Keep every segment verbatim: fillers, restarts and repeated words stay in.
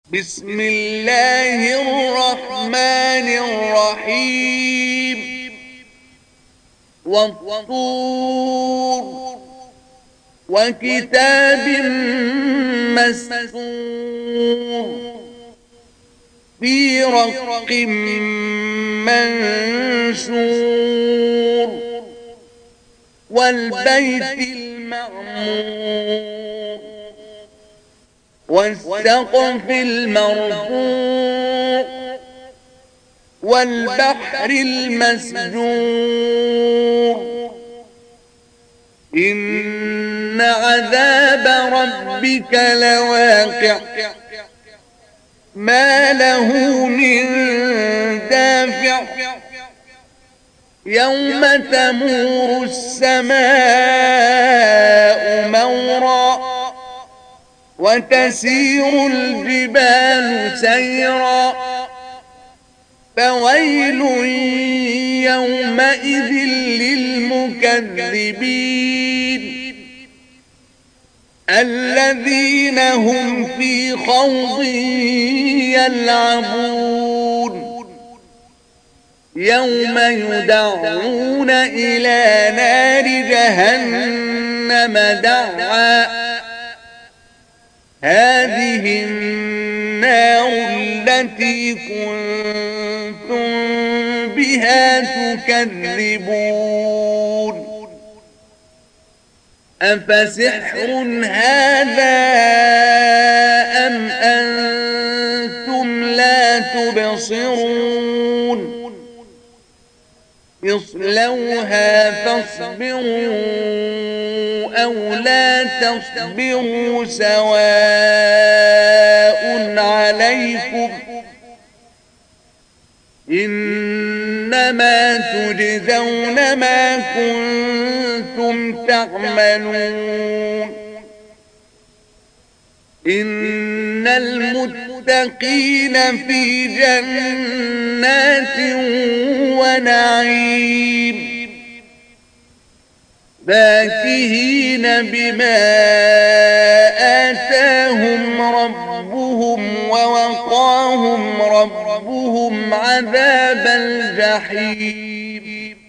بسم الله الرحمن الرحيم والطور وكتاب مسطور في رق منشور والبيت المعمور والسقف المرفوع والبحر المسجور إن عذاب ربك لواقع ما له من دافع يوم تمور السماء مورا وتسير الجبال سيرا فويل يومئذ للمكذبين الذين هم في خوض يلعبون يوم يدعون إلى نار جهنم دعا هذه النار التي كنتم بها تكذبون أفسحر هذا أم أنتم لا تبصرون اصلوها فاصبروا أو لا تصبروا سواء عليكم إنما تجزون ما كنتم تعملون إن المتقين في جنات ونعيم فاكهين بما آتاهم ربهم ووقاهم ربهم عذاب الجحيم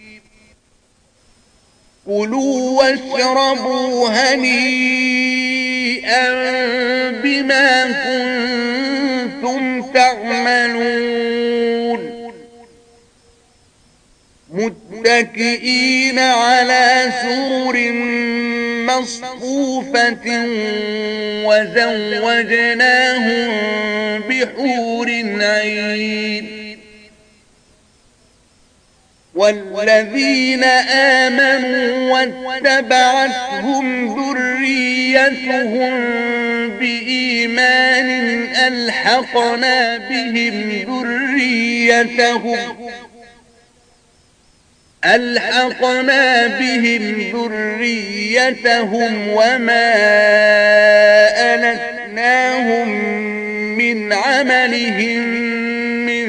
كلوا واشربوا هنيئا بما كنتم تعملون متكئين على سرر مصفوفة وزوجناهم بحور عين والذين آمنوا واتبعتهم ذريتهم بإيمان ألحقنا بهم ذريتهم ألحقنا بهم ذريتهم وما ألتناهم من عملهم من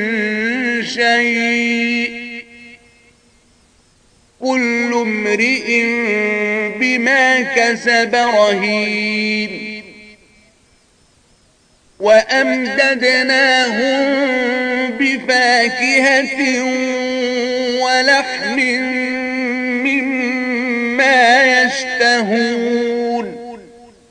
شيء كل امرئ بما كسب رهين وأمددناهم بفاكهة ولحم مما يشتهون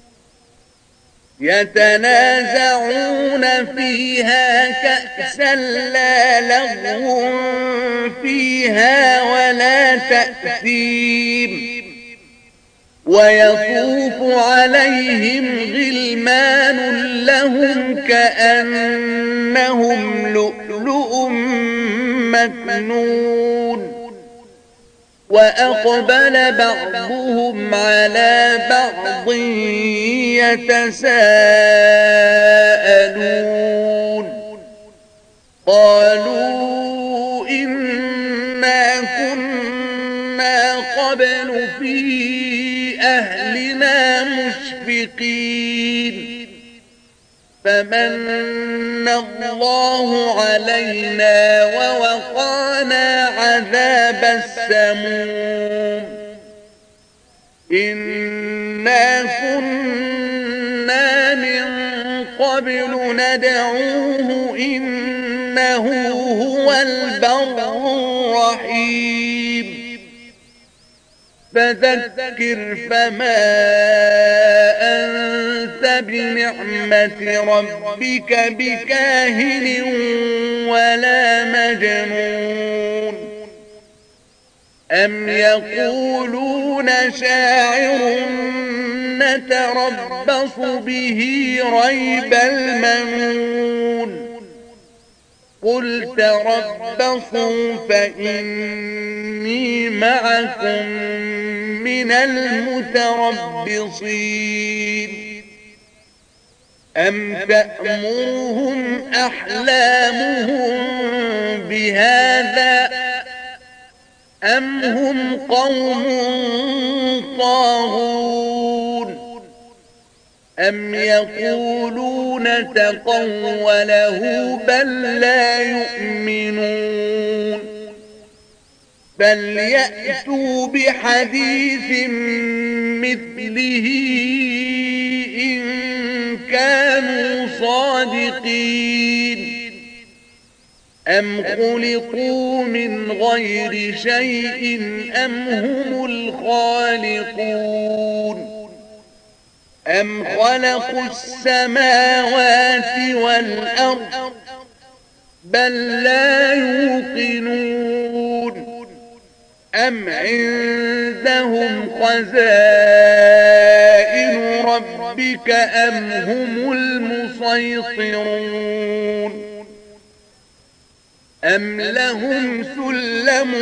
يتنازعون فيها كأسا لا لغو فيها ولا تأثيم ويطوف عليهم غلمان لهم كأنهم لؤلؤ مكنون وأقبل بعضهم على بعض يتساءلون قالوا إنا كنا قبل في أهلنا مشفقين فمن الله علينا ووقانا عذاب السموم إنا كنا من قبل ندعوه إنه هو البر الرحيم فذكر فما أنت بنعمة ربك بكاهن ولا مجنون أم يقولون شاعر نتربص به ريب المنون قل تربصوا فإني معكم من المتربصين أم تأمرهم أحلامهم بهذا أم هم قوم طاغون أم يقولون تقوله بل لا يؤمنون بل يأتوا بحديث مثله إن كانوا صادقين أم خلقوا من غير شيء أم هم الخالقون أم خلقوا السماوات والأرض بل لا يوقنون أم عندهم خزائن ربك أم هم المسيطرون أم لهم سلم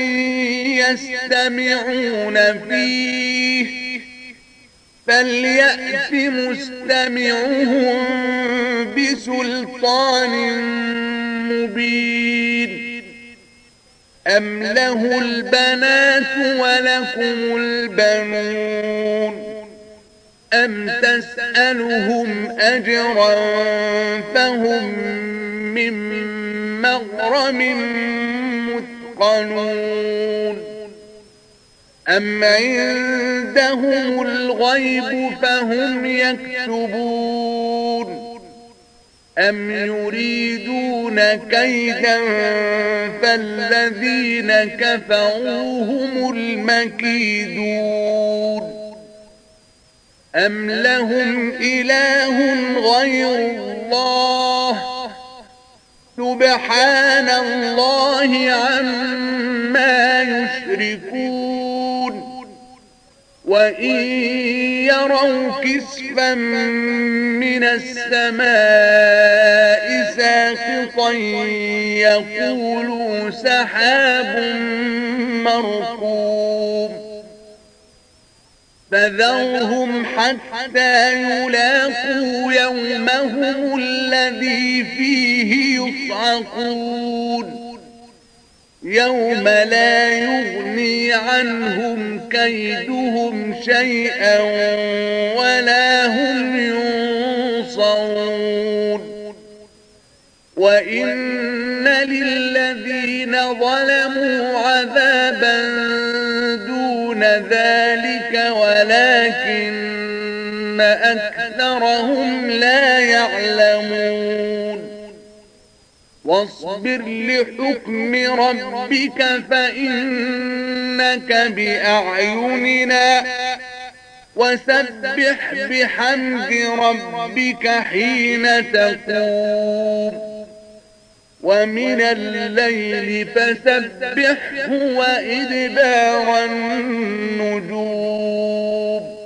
يستمعون فيه فليأت مستمعهم بسلطان مبين أم له البنات ولكم البنون أم تسألهم أجرا فهم من مغرم مثقلون أم عندهم الغيب فهم يكتبون أم يريدون كيدا فالذين كفروا هم المكيدون أم لهم إله غير الله سبحان الله عما يشركون وإن يروا كسفا من السماء ساقطا يقولوا سحاب مركوم فذرهم حتى يلاقوا يومهم الذي فيه يصعقون يوم لا يغني عنهم كيدهم شيئا ولا هم ينصرون وإن للذين ظلموا عذابا دون ذلك ولكن أكثرهم لا يعلمون واصبر لحكم ربك فإنك بأعيننا وسبح بحمد ربك حين تقوم ومن الليل فسبحه وإدبار النجوم